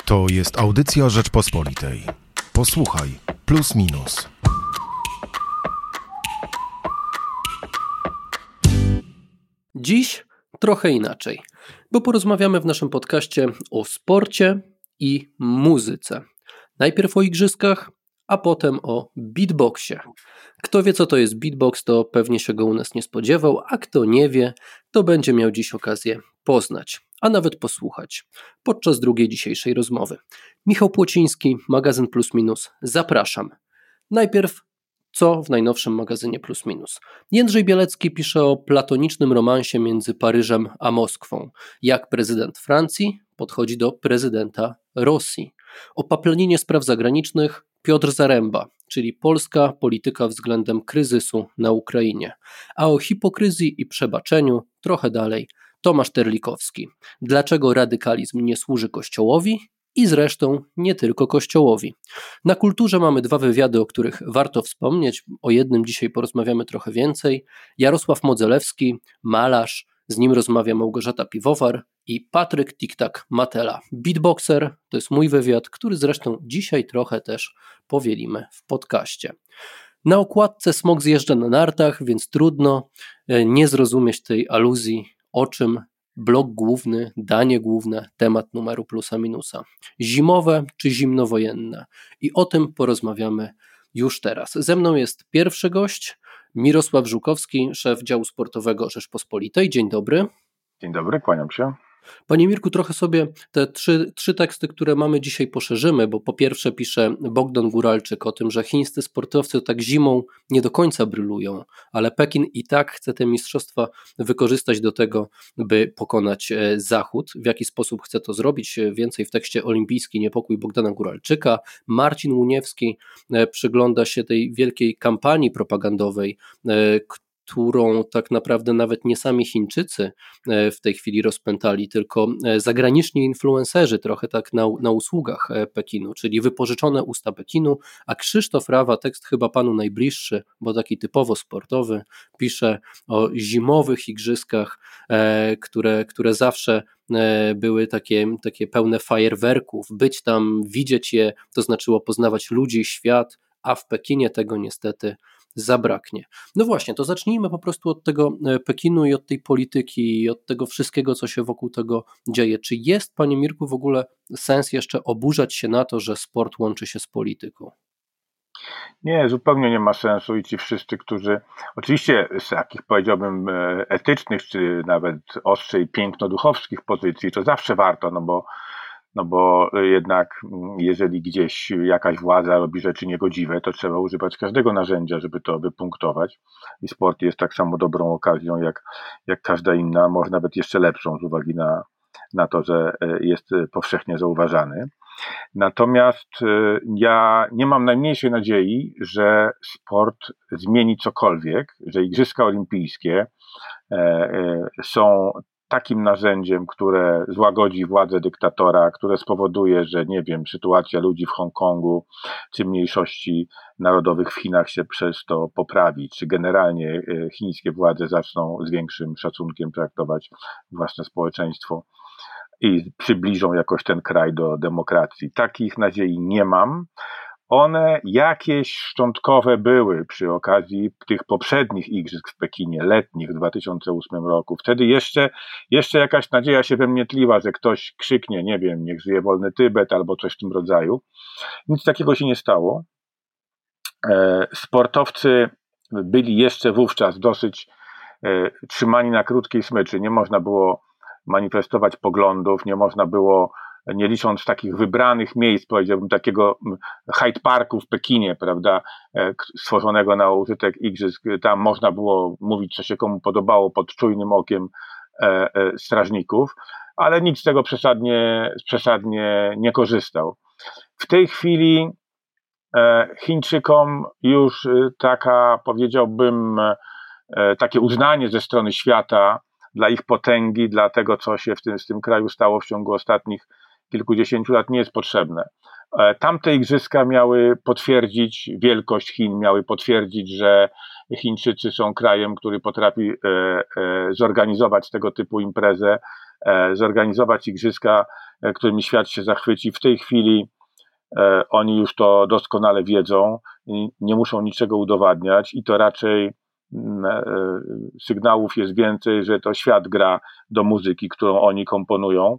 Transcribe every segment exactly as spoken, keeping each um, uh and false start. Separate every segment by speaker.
Speaker 1: To jest audycja Rzeczpospolitej. Posłuchaj, plus minus.
Speaker 2: Dziś trochę inaczej, bo porozmawiamy w naszym podcaście o sporcie i muzyce. Najpierw o igrzyskach, a potem o beatboxie. Kto wie, co to jest beatbox, to pewnie się go u nas nie spodziewał, a kto nie wie, to będzie miał dziś okazję poznać, a nawet posłuchać podczas drugiej dzisiejszej rozmowy. Michał Płociński, magazyn Plus Minus, zapraszam. Najpierw, co w najnowszym magazynie Plus Minus? Jędrzej Bielecki pisze o platonicznym romansie między Paryżem a Moskwą. Jak prezydent Francji podchodzi do prezydenta Rosji. O paplaninie spraw zagranicznych Piotr Zaręba, czyli polska polityka względem kryzysu na Ukrainie. A o hipokryzji i przebaczeniu trochę dalej Tomasz Terlikowski. Dlaczego radykalizm nie służy Kościołowi? I zresztą nie tylko Kościołowi. Na Kulturze mamy dwa wywiady, o których warto wspomnieć. O jednym dzisiaj porozmawiamy trochę więcej. Jarosław Modzelewski, malarz, z nim rozmawia Małgorzata Piwowar i Patryk Tiktak Matela, beatboxer. To jest mój wywiad, który zresztą dzisiaj trochę też powielimy w podcaście. Na okładce smok zjeżdża na nartach, więc trudno nie zrozumieć tej aluzji, o czym blok główny, danie główne, temat numeru plusa minusa. Zimowe czy zimnowojenne? I o tym porozmawiamy już teraz. Ze mną jest pierwszy gość, Mirosław Żukowski, szef działu sportowego Rzeczpospolitej. Dzień dobry.
Speaker 3: Dzień dobry, kłaniam się.
Speaker 2: Panie Mirku, trochę sobie te trzy, trzy teksty, które mamy dzisiaj, poszerzymy, bo po pierwsze pisze Bogdan Góralczyk o tym, że chińscy sportowcy tak zimą nie do końca brylują, ale Pekin i tak chce te mistrzostwa wykorzystać do tego, by pokonać Zachód. W jaki sposób chce to zrobić? Więcej w tekście Olimpijski niepokój Bogdana Góralczyka. Marcin Łuniewski przygląda się tej wielkiej kampanii propagandowej, którą tak naprawdę nawet nie sami Chińczycy w tej chwili rozpętali, tylko zagraniczni influencerzy trochę tak na, na usługach Pekinu, czyli wypożyczone usta Pekinu, a Krzysztof Rawa, tekst chyba panu najbliższy, bo taki typowo sportowy, pisze o zimowych igrzyskach, które, które zawsze były takie, takie pełne fajerwerków, być tam, widzieć je, to znaczyło poznawać ludzi, świat, a w Pekinie tego niestety zabraknie. No właśnie, to zacznijmy po prostu od tego Pekinu i od tej polityki i od tego wszystkiego, co się wokół tego dzieje. Czy jest, panie Mirku, w ogóle sens jeszcze oburzać się na to, że sport łączy się z polityką?
Speaker 3: Nie, zupełnie nie ma sensu i ci wszyscy, którzy oczywiście z takich, powiedziałbym, etycznych, czy nawet ostrzej piękno-duchowskich pozycji, to zawsze warto, no bo No bo jednak jeżeli gdzieś jakaś władza robi rzeczy niegodziwe, to trzeba używać każdego narzędzia, żeby to wypunktować. I sport jest tak samo dobrą okazją jak, jak każda inna, może nawet jeszcze lepszą z uwagi na, na to, że jest powszechnie zauważany. Natomiast ja nie mam najmniejszej nadziei, że sport zmieni cokolwiek, że Igrzyska Olimpijskie są takim narzędziem, które złagodzi władzę dyktatora, które spowoduje, że nie wiem, sytuacja ludzi w Hongkongu czy mniejszości narodowych w Chinach się przez to poprawi, czy generalnie chińskie władze zaczną z większym szacunkiem traktować własne społeczeństwo i przybliżą jakoś ten kraj do demokracji. Takich nadziei nie mam. One jakieś szczątkowe były przy okazji tych poprzednich igrzysk w Pekinie, letnich w dwa tysiące ósmym roku. Wtedy jeszcze, jeszcze jakaś nadzieja się we mnie tliła, że ktoś krzyknie, nie wiem, niech żyje wolny Tybet albo coś w tym rodzaju. Nic takiego się nie stało. E, sportowcy byli jeszcze wówczas dosyć e, trzymani na krótkiej smyczy. Nie można było manifestować poglądów, nie można było, nie licząc takich wybranych miejsc, powiedziałbym takiego Hyde Parku w Pekinie, prawda, stworzonego na użytek igrzysk, tam można było mówić, co się komu podobało pod czujnym okiem strażników, ale nikt z tego przesadnie, przesadnie nie korzystał. W tej chwili Chińczykom już taka, powiedziałbym, takie uznanie ze strony świata dla ich potęgi, dla tego, co się w tym, w tym kraju stało w ciągu ostatnich kilkudziesięciu lat, nie jest potrzebne. Tamte igrzyska miały potwierdzić wielkość Chin, miały potwierdzić, że Chińczycy są krajem, który potrafi zorganizować tego typu imprezę zorganizować igrzyska, którymi świat się zachwyci. W tej chwili oni już to doskonale wiedzą i nie muszą niczego udowadniać i to raczej sygnałów jest więcej, że to świat gra do muzyki, którą oni komponują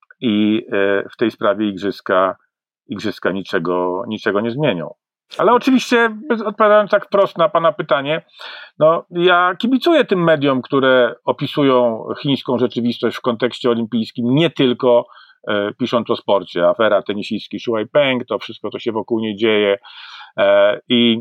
Speaker 3: i w tej sprawie igrzyska, igrzyska niczego, niczego nie zmienią. Ale oczywiście, odpowiadając tak wprost na pana pytanie, no ja kibicuję tym mediom, które opisują chińską rzeczywistość w kontekście olimpijskim, nie tylko e, pisząc o sporcie. Afera tenisistki Shu Haipeng, to wszystko, co się wokół niej dzieje e, i,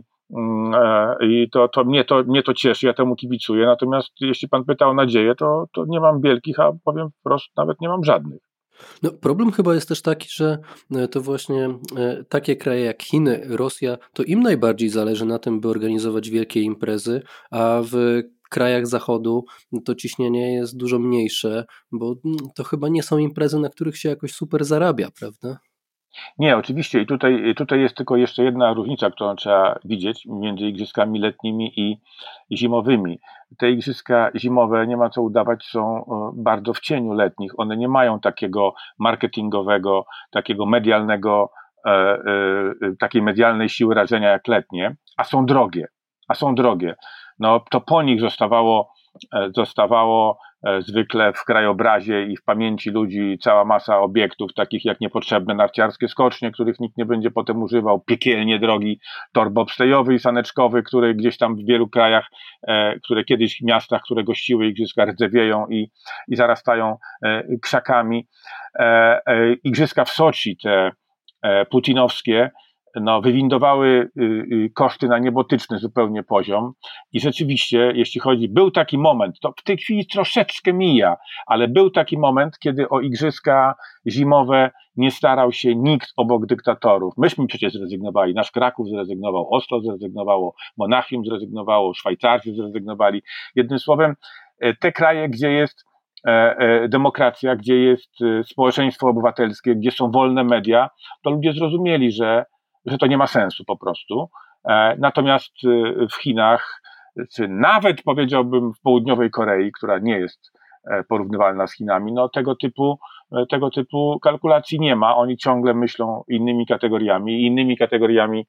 Speaker 3: e, i to, to, mnie to mnie to cieszy, ja temu kibicuję. Natomiast jeśli pan pyta o nadzieję, to, to nie mam wielkich, a powiem wprost, nawet nie mam żadnych.
Speaker 2: No, problem chyba jest też taki, że to właśnie takie kraje jak Chiny, Rosja, to im najbardziej zależy na tym, by organizować wielkie imprezy, a w krajach zachodu to ciśnienie jest dużo mniejsze, bo to chyba nie są imprezy, na których się jakoś super zarabia, prawda?
Speaker 3: Nie, oczywiście i tutaj, tutaj jest tylko jeszcze jedna różnica, którą trzeba widzieć między igrzyskami letnimi i zimowymi. Te igrzyska zimowe, nie ma co udawać, są bardzo w cieniu letnich. One nie mają takiego marketingowego, takiego medialnego, e, e, takiej medialnej siły rażenia jak letnie, a są drogie, a są drogie. No to po nich zostawało, zostawało zwykle w krajobrazie i w pamięci ludzi cała masa obiektów, takich jak niepotrzebne narciarskie skocznie, których nikt nie będzie potem używał, piekielnie drogi tor bobslejowy i saneczkowy, które gdzieś tam w wielu krajach, e, które kiedyś w miastach, które gościły igrzyska, rdzewieją i, i zarastają e, krzakami. E, e, igrzyska w Soczi, te e, putinowskie, no, wywindowały y, y, koszty na niebotyczny zupełnie poziom i rzeczywiście, jeśli chodzi, był taki moment, to w tej chwili troszeczkę mija, ale był taki moment, kiedy o igrzyska zimowe nie starał się nikt obok dyktatorów. Myśmy przecież zrezygnowali, nasz Kraków zrezygnował, Oslo zrezygnowało, Monachium zrezygnowało, Szwajcarzy zrezygnowali. Jednym słowem, te kraje, gdzie jest demokracja, gdzie jest społeczeństwo obywatelskie, gdzie są wolne media, to ludzie zrozumieli, że że to nie ma sensu po prostu. Natomiast w Chinach, czy nawet powiedziałbym w południowej Korei, która nie jest porównywalna z Chinami, no tego typu, tego typu kalkulacji nie ma. Oni ciągle myślą innymi kategoriami. Innymi kategoriami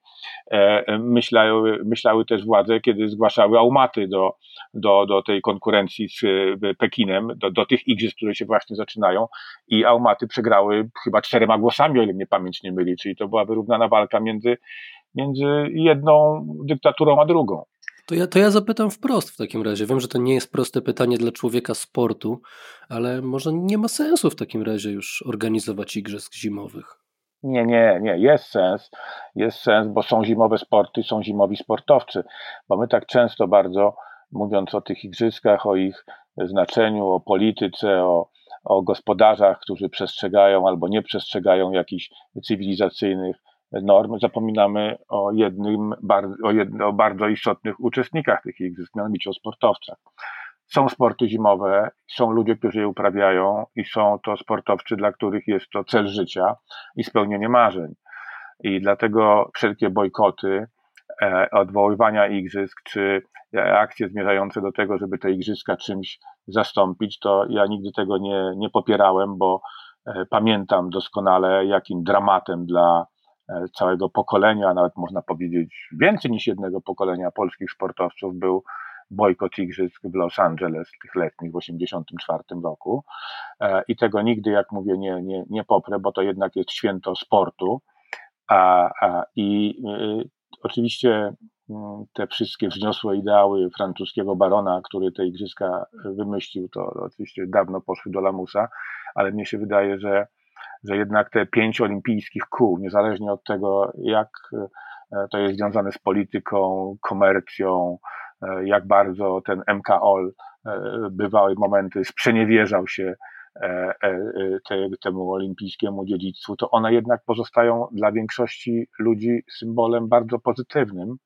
Speaker 3: myślały, myślały też władze, kiedy zgłaszały aumaty do, do, do tej konkurencji z Pekinem, do, do tych igrzysk, które się właśnie zaczynają i aumaty przegrały chyba czterema głosami, o ile mnie pamięć nie myli, czyli to była wyrównana walka między, między jedną dyktaturą a drugą.
Speaker 2: To ja, to ja zapytam wprost w takim razie. Wiem, że to nie jest proste pytanie dla człowieka sportu, ale może nie ma sensu w takim razie już organizować igrzysk zimowych?
Speaker 3: Nie, nie, nie, jest sens, jest sens, bo są zimowe sporty, są zimowi sportowcy, bo my tak często bardzo, mówiąc o tych igrzyskach, o ich znaczeniu, o polityce, o, o gospodarzach, którzy przestrzegają albo nie przestrzegają jakichś cywilizacyjnych norm, zapominamy o jednym, o, jedno, o bardzo istotnych uczestnikach tych igrzysk, mianowicie o sportowcach. Są sporty zimowe, są ludzie, którzy je uprawiają i są to sportowcy, dla których jest to cel życia i spełnienie marzeń. I dlatego wszelkie bojkoty, e, odwoływania igrzysk, czy akcje zmierzające do tego, żeby te igrzyska czymś zastąpić, to ja nigdy tego nie, nie popierałem, bo e, pamiętam doskonale, jakim dramatem dla e, całego pokolenia, a nawet można powiedzieć więcej niż jednego pokolenia polskich sportowców był bojkot igrzysk w Los Angeles, tych letnich w osiemdziesiątym czwartym roku i tego nigdy, jak mówię, nie, nie, nie poprę, bo to jednak jest święto sportu a, a, i y, oczywiście y, te wszystkie wzniosłe ideały francuskiego barona, który te igrzyska wymyślił, to oczywiście dawno poszły do lamusa, ale mnie się wydaje, że, że jednak te pięć olimpijskich kół, niezależnie od tego, jak to jest związane z polityką, komercją, jak bardzo ten M K O L bywały momenty sprzeniewierzał się te, temu olimpijskiemu dziedzictwu, to one jednak pozostają dla większości ludzi symbolem bardzo pozytywnym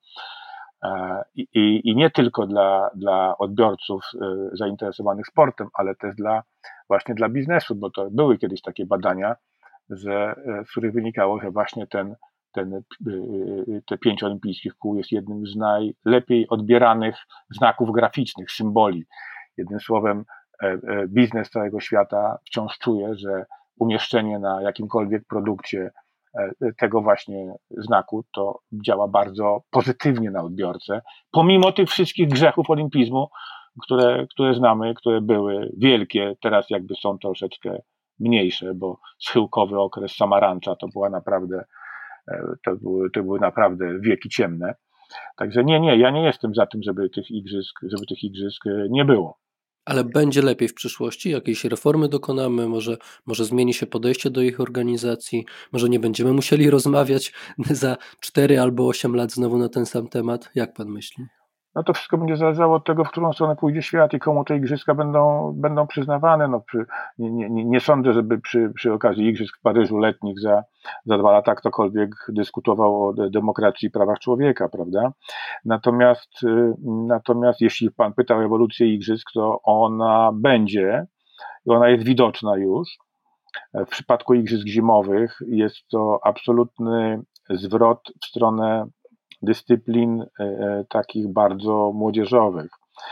Speaker 3: i, i, i nie tylko dla, dla odbiorców zainteresowanych sportem, ale też dla, właśnie dla biznesu, bo to były kiedyś takie badania, że, z których wynikało, że właśnie ten Ten, te pięć olimpijskich kół jest jednym z najlepiej odbieranych znaków graficznych, symboli. Jednym słowem, biznes całego świata wciąż czuje, że umieszczenie na jakimkolwiek produkcie tego właśnie znaku to działa bardzo pozytywnie na odbiorcę, pomimo tych wszystkich grzechów olimpizmu, które, które znamy, które były wielkie, teraz jakby są troszeczkę mniejsze, bo schyłkowy okres Samarancza to była naprawdę, to były, to były naprawdę wieki ciemne. Także nie, nie, ja nie jestem za tym, żeby tych igrzysk, żeby tych igrzysk nie było.
Speaker 2: Ale będzie lepiej w przyszłości? Jakieś reformy dokonamy? Może, może zmieni się podejście do ich organizacji? Może nie będziemy musieli rozmawiać za cztery albo osiem lat znowu na ten sam temat? Jak pan myśli?
Speaker 3: No to wszystko będzie zależało od tego, w którą stronę pójdzie świat i komu te igrzyska będą, będą przyznawane. No przy, nie, nie, nie sądzę, żeby przy, przy okazji igrzysk w Paryżu letnich za, za dwa lata ktokolwiek dyskutował o de, demokracji i prawach człowieka, prawda? Natomiast, natomiast jeśli pan pyta o ewolucję igrzysk, to ona będzie i ona jest widoczna już. W przypadku igrzysk zimowych jest to absolutny zwrot w stronę dyscyplin e, takich bardzo młodzieżowych.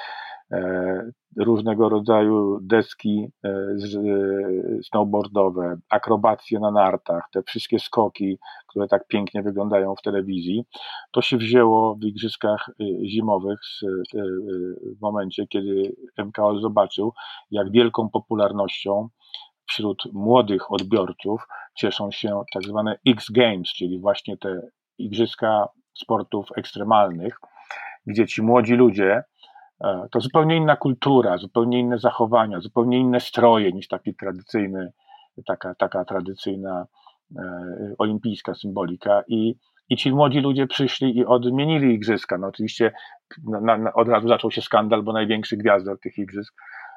Speaker 3: E, różnego rodzaju deski e, z, e, snowboardowe, akrobacje na nartach, te wszystkie skoki, które tak pięknie wyglądają w telewizji, to się wzięło w igrzyskach e, zimowych z, e, w momencie, kiedy M K O zobaczył, jak wielką popularnością wśród młodych odbiorców cieszą się tak zwane X Games, czyli właśnie te igrzyska sportów ekstremalnych, gdzie ci młodzi ludzie, to zupełnie inna kultura, zupełnie inne zachowania, zupełnie inne stroje niż taki tradycyjny, taka, taka tradycyjna e, olimpijska symbolika i, i ci młodzi ludzie przyszli i odmienili igrzyska. No oczywiście na, na, od razu zaczął się skandal, bo największy gwiazdor tych igrzysk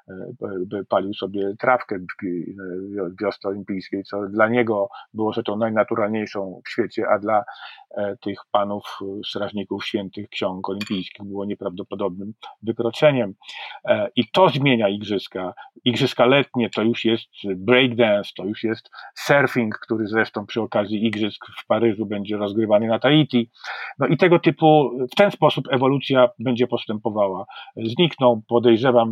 Speaker 3: palił sobie trawkę w wiosce olimpijskiej, co dla niego było rzeczą najnaturalniejszą w świecie, a dla tych panów strażników świętych ksiąg olimpijskich było nieprawdopodobnym wykroczeniem. I to zmienia igrzyska. Igrzyska letnie to już jest breakdance, to już jest surfing, który zresztą przy okazji igrzysk w Paryżu będzie rozgrywany na Tahiti. No i tego typu, w ten sposób ewolucja będzie postępowała. Znikną, podejrzewam,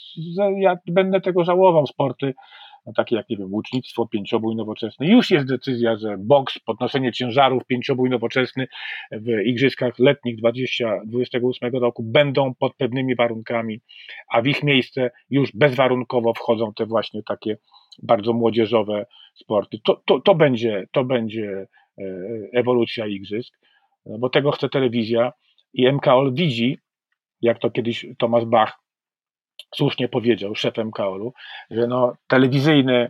Speaker 3: ja będę tego żałował, sporty takie jak, nie wiem, łucznictwo, pięciobój nowoczesny. Już jest decyzja, że boks, podnoszenie ciężarów, pięciobój nowoczesny w igrzyskach letnich dwa tysiące dwudziestego ósmego roku będą pod pewnymi warunkami, a w ich miejsce już bezwarunkowo wchodzą te właśnie takie bardzo młodzieżowe sporty. To, to, to będzie, to będzie ewolucja igrzysk, bo tego chce telewizja i M K O L widzi, jak to kiedyś Thomas Bach słusznie powiedział, szef M K O L-u, że no, telewizyjny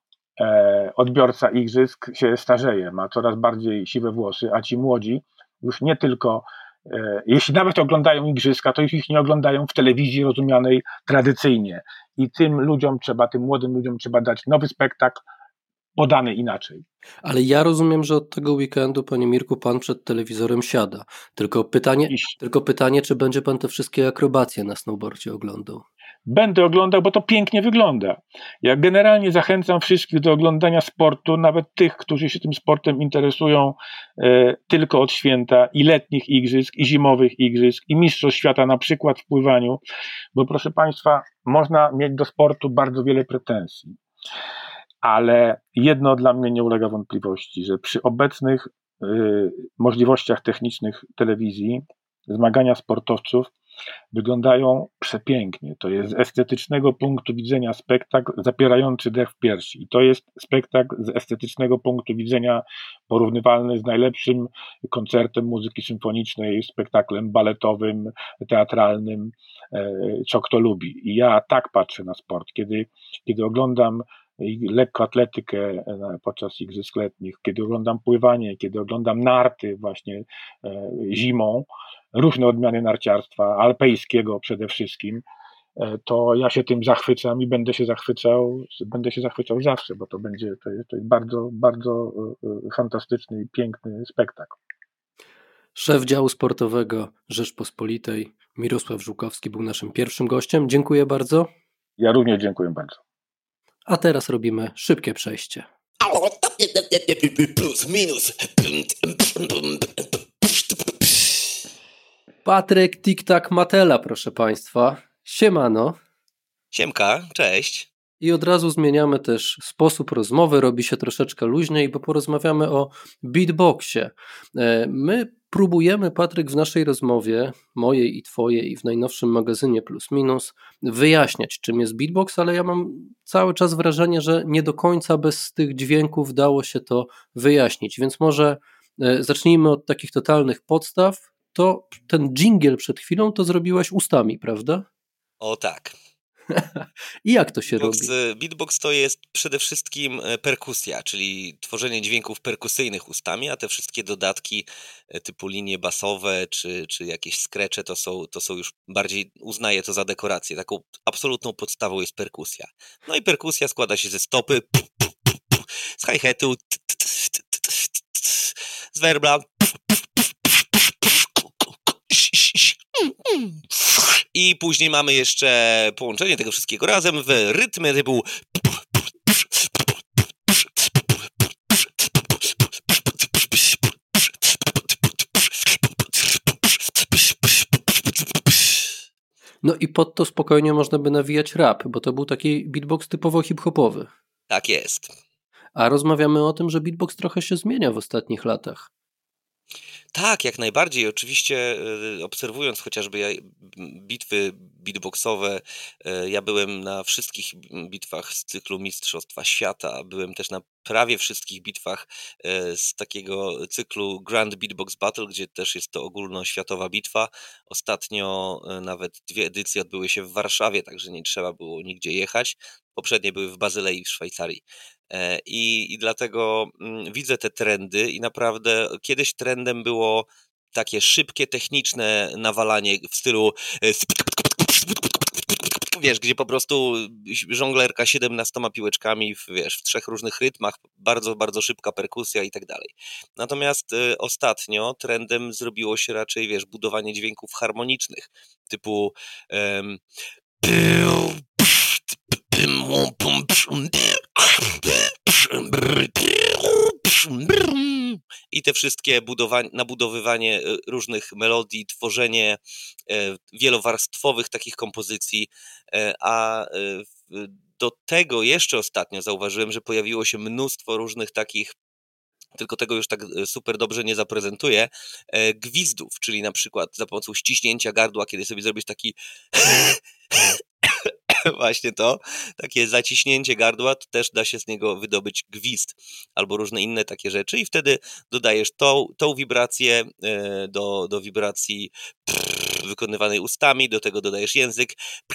Speaker 3: e, odbiorca igrzysk się starzeje, ma coraz bardziej siwe włosy, a ci młodzi już nie tylko, e, jeśli nawet oglądają igrzyska, to już ich nie oglądają w telewizji rozumianej tradycyjnie. I tym ludziom trzeba, tym młodym ludziom trzeba dać nowy spektakl, podany inaczej.
Speaker 2: Ale ja rozumiem, że od tego weekendu, panie Mirku, pan przed telewizorem siada. Tylko pytanie, tylko pytanie, czy będzie pan te wszystkie akrobacje na snowboardzie oglądał?
Speaker 3: Będę oglądał, bo to pięknie wygląda. Ja generalnie zachęcam wszystkich do oglądania sportu, nawet tych, którzy się tym sportem interesują e, tylko od święta i letnich igrzysk, i zimowych igrzysk, i mistrzostw świata na przykład w pływaniu, bo proszę państwa, można mieć do sportu bardzo wiele pretensji. Ale jedno dla mnie nie ulega wątpliwości, że przy obecnych y, możliwościach technicznych telewizji zmagania sportowców wyglądają przepięknie. To jest z estetycznego punktu widzenia spektakl zapierający dech w piersi. I to jest spektakl z estetycznego punktu widzenia porównywalny z najlepszym koncertem muzyki symfonicznej, spektaklem baletowym, teatralnym, y, co kto lubi. I ja tak patrzę na sport, kiedy, kiedy oglądam lekkoatletykę podczas igrzysk letnich, kiedy oglądam pływanie, kiedy oglądam narty właśnie e, zimą, różne odmiany narciarstwa, alpejskiego przede wszystkim, e, to ja się tym zachwycam i będę się zachwycał, będę się zachwycał zawsze, bo to będzie, to jest, to jest bardzo, bardzo e, fantastyczny i piękny spektakl.
Speaker 2: Szef działu sportowego Rzeczpospolitej Mirosław Żółkowski był naszym pierwszym gościem. Dziękuję bardzo.
Speaker 3: Ja również dziękuję bardzo.
Speaker 2: A teraz robimy szybkie przejście. Plus, minus. Patryk Tik-Tak Matela, proszę państwa. Siemano.
Speaker 4: Siemka, cześć.
Speaker 2: I od razu zmieniamy też sposób rozmowy, robi się troszeczkę luźniej, bo porozmawiamy o beatboxie. My próbujemy, Patryk, w naszej rozmowie, mojej i twojej, i w najnowszym magazynie Plus Minus, wyjaśniać, czym jest beatbox, ale ja mam cały czas wrażenie, że nie do końca bez tych dźwięków dało się to wyjaśnić, więc może zacznijmy od takich totalnych podstaw. To ten dżingiel przed chwilą to zrobiłaś ustami, prawda?
Speaker 4: O tak.
Speaker 2: I jak to się
Speaker 4: Beatbox,
Speaker 2: robi?
Speaker 4: beatbox to jest przede wszystkim perkusja, czyli tworzenie dźwięków perkusyjnych ustami, a te wszystkie dodatki typu linie basowe czy, czy jakieś skrecze to są, to są już bardziej, uznaję to za dekorację. Taką absolutną podstawą jest perkusja. No i perkusja składa się ze stopy, z hi-hatu, z werbla, i później mamy jeszcze połączenie tego wszystkiego razem w rytmie typu
Speaker 2: No i pod to spokojnie można by nawijać rap, bo to był taki beatbox typowo hip-hopowy.
Speaker 4: Tak jest.
Speaker 2: A rozmawiamy o tym, że beatbox trochę się zmienia w ostatnich latach.
Speaker 4: Tak, jak najbardziej. Oczywiście y, obserwując chociażby ja, bitwy beatboxowe, y, ja byłem na wszystkich bitwach z cyklu Mistrzostwa Świata, byłem też na prawie wszystkich bitwach y, z takiego cyklu Grand Beatbox Battle, gdzie też jest to ogólnoświatowa bitwa. Ostatnio y, nawet dwie edycje odbyły się w Warszawie, także nie trzeba było nigdzie jechać. Poprzednie były w Bazylei w Szwajcarii. I, I dlatego widzę te trendy i naprawdę kiedyś trendem było takie szybkie, techniczne nawalanie w stylu wiesz, gdzie po prostu żonglerka siedemnastoma piłeczkami w, wiesz, w trzech różnych rytmach, bardzo, bardzo szybka perkusja i tak dalej. Natomiast y, ostatnio trendem zrobiło się raczej, wiesz, budowanie dźwięków harmonicznych, typu um, i te wszystkie budowa- nabudowywanie różnych melodii, tworzenie wielowarstwowych takich kompozycji, a do tego jeszcze ostatnio zauważyłem, że pojawiło się mnóstwo różnych takich, tylko tego już tak super dobrze nie zaprezentuję, gwizdów, czyli na przykład za pomocą ściśnięcia gardła, kiedy sobie zrobisz taki właśnie to, takie zaciśnięcie gardła, to też da się z niego wydobyć gwizd albo różne inne takie rzeczy i wtedy dodajesz tą, tą wibrację do, do wibracji wykonywanej ustami, do tego dodajesz język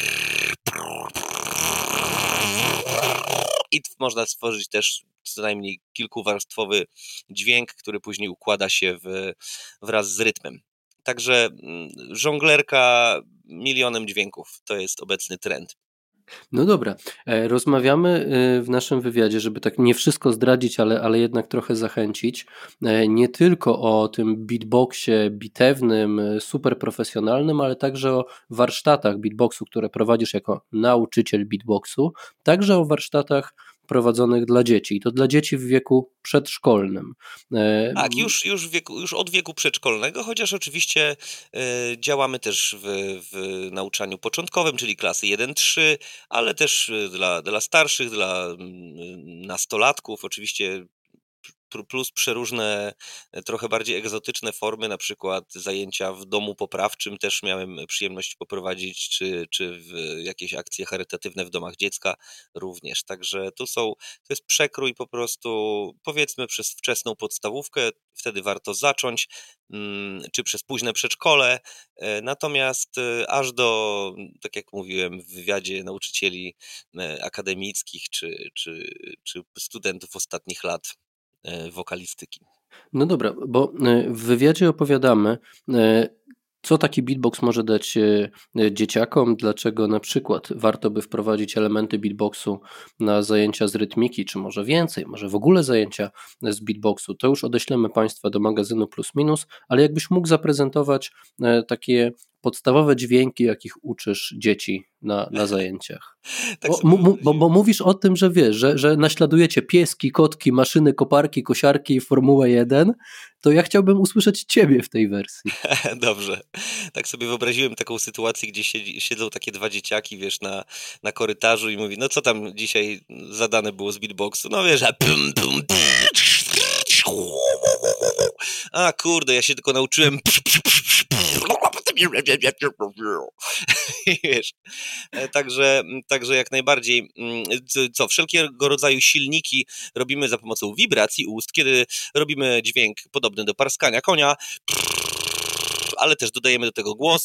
Speaker 4: i można stworzyć też co najmniej kilkuwarstwowy dźwięk, który później układa się w, wraz z rytmem. Także żonglerka milionem dźwięków to jest obecny trend.
Speaker 2: No dobra, rozmawiamy w naszym wywiadzie, żeby tak nie wszystko zdradzić, ale, ale jednak trochę zachęcić, nie tylko o tym beatboxie bitewnym, super profesjonalnym, ale także o warsztatach beatboxu, które prowadzisz jako nauczyciel beatboxu, także o warsztatach prowadzonych dla dzieci, i to dla dzieci w wieku przedszkolnym.
Speaker 4: Tak, już, już, wieku, już od wieku przedszkolnego, chociaż oczywiście y, działamy też w, w nauczaniu początkowym, czyli klasy jeden trzy, ale też dla, dla starszych, dla y, nastolatków, oczywiście plus przeróżne, trochę bardziej egzotyczne formy, na przykład zajęcia w domu poprawczym też miałem przyjemność poprowadzić, czy, czy w jakieś akcje charytatywne w domach dziecka również. Także tu są, to jest przekrój po prostu, powiedzmy przez wczesną podstawówkę, wtedy warto zacząć, czy przez późne przedszkole, natomiast aż do, tak jak mówiłem, w wywiadzie nauczycieli akademickich, czy, czy, czy studentów ostatnich lat wokalistyki.
Speaker 2: No dobra, bo w wywiadzie opowiadamy, co taki beatbox może dać dzieciakom, dlaczego na przykład warto by wprowadzić elementy beatboxu na zajęcia z rytmiki, czy może więcej, może w ogóle zajęcia z beatboxu, to już odeślemy Państwa do magazynu Plus Minus, ale jakbyś mógł zaprezentować takie podstawowe dźwięki, jakich uczysz dzieci na, na zajęciach.
Speaker 4: Tak
Speaker 2: bo,
Speaker 4: sobie
Speaker 2: mu,
Speaker 4: wyobraziłem.
Speaker 2: bo, bo mówisz o tym, że wiesz, że, że naśladujecie pieski, kotki, maszyny, koparki, kosiarki i Formułę jeden, to ja chciałbym usłyszeć ciebie w tej wersji.
Speaker 4: Dobrze. Tak sobie wyobraziłem taką sytuację, gdzie siedzi, siedzą takie dwa dzieciaki, wiesz, na, na korytarzu i mówi, no co tam dzisiaj zadane było z beatboxu? No wiesz, a pum, pum, a kurde, ja się tylko nauczyłem wiesz, także, także jak najbardziej, co, wszelkiego rodzaju silniki robimy za pomocą wibracji ust, kiedy robimy dźwięk podobny do parskania konia, ale też dodajemy do tego głos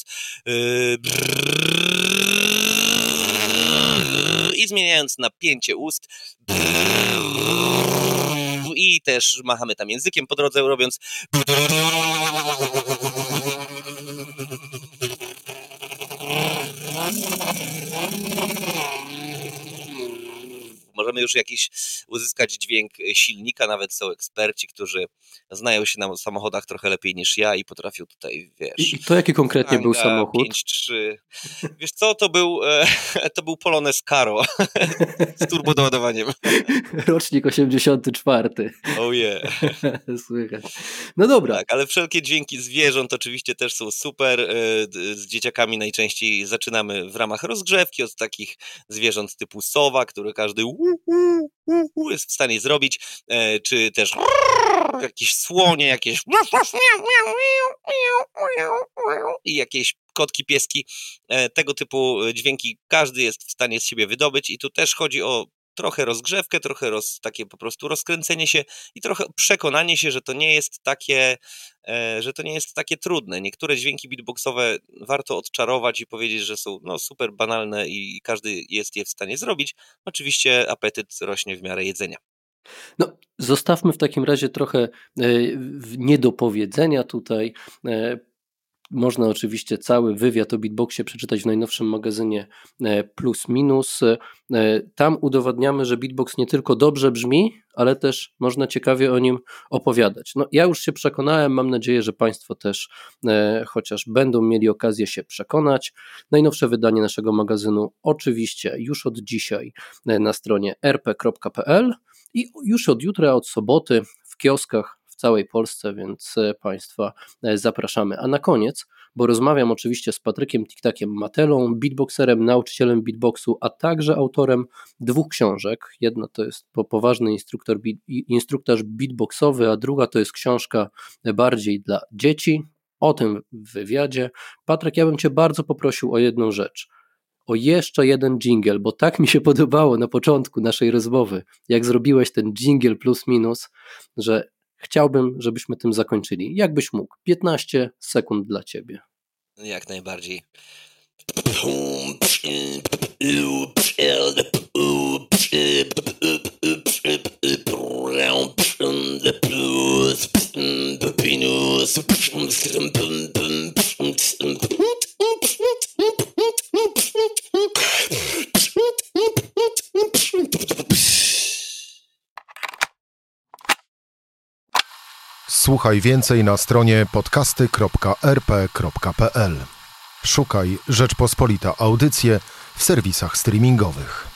Speaker 4: i zmieniając napięcie ust i też machamy tam językiem po drodze, robiąc możemy już jakiś uzyskać dźwięk silnika, nawet są eksperci, którzy znają się na samochodach trochę lepiej niż ja i potrafią tutaj, wiesz...
Speaker 2: I to jaki konkretnie był samochód?
Speaker 4: pięć trzy. Wiesz co, to był, to był Polonez Caro z turbodoładowaniem.
Speaker 2: Rocznik osiemdziesiąty czwarty.
Speaker 4: Oh yeah.
Speaker 2: Słychać. No dobra.
Speaker 4: Tak, ale wszelkie dźwięki zwierząt oczywiście też są super. Z dzieciakami najczęściej zaczynamy w ramach rozgrzewki od takich zwierząt typu sowa, które każdy jest w stanie zrobić, czy też jakieś słonie, jakieś i jakieś kotki, pieski, tego typu dźwięki każdy jest w stanie z siebie wydobyć i tu też chodzi o trochę rozgrzewkę, trochę roz, takie po prostu rozkręcenie się i trochę przekonanie się, że to nie jest takie, e, że to nie jest takie trudne. Niektóre dźwięki beatboxowe warto odczarować i powiedzieć, że są no, super banalne i każdy jest je w stanie zrobić. Oczywiście apetyt rośnie w miarę jedzenia.
Speaker 2: No, zostawmy w takim razie trochę e, niedopowiedzenia tutaj. E, Można oczywiście cały wywiad o beatboxie przeczytać w najnowszym magazynie Plus Minus. Tam udowadniamy, że beatbox nie tylko dobrze brzmi, ale też można ciekawie o nim opowiadać. No, ja już się przekonałem, mam nadzieję, że Państwo też chociaż będą mieli okazję się przekonać. Najnowsze wydanie naszego magazynu oczywiście już od dzisiaj na stronie er pe kropka pe el i już od jutra, od soboty w kioskach w całej Polsce, więc Państwa zapraszamy. A na koniec, bo rozmawiam oczywiście z Patrykiem Tiktakiem Matelą, beatboxerem, nauczycielem beatboxu, a także autorem dwóch książek. Jedna to jest poważny instruktor, instruktaż beatboxowy, a druga to jest książka bardziej dla dzieci. O tym w wywiadzie. Patryk, ja bym Cię bardzo poprosił o jedną rzecz. O jeszcze jeden dżingiel, bo tak mi się podobało na początku naszej rozmowy, jak zrobiłeś ten dżingiel plus minus, że chciałbym, żebyśmy tym zakończyli. Jakbyś mógł? piętnaście sekund dla Ciebie.
Speaker 4: Jak najbardziej.
Speaker 1: Słuchaj więcej na stronie podcasty kropka er pe kropka pe el. Szukaj Rzeczpospolita Audycje w serwisach streamingowych.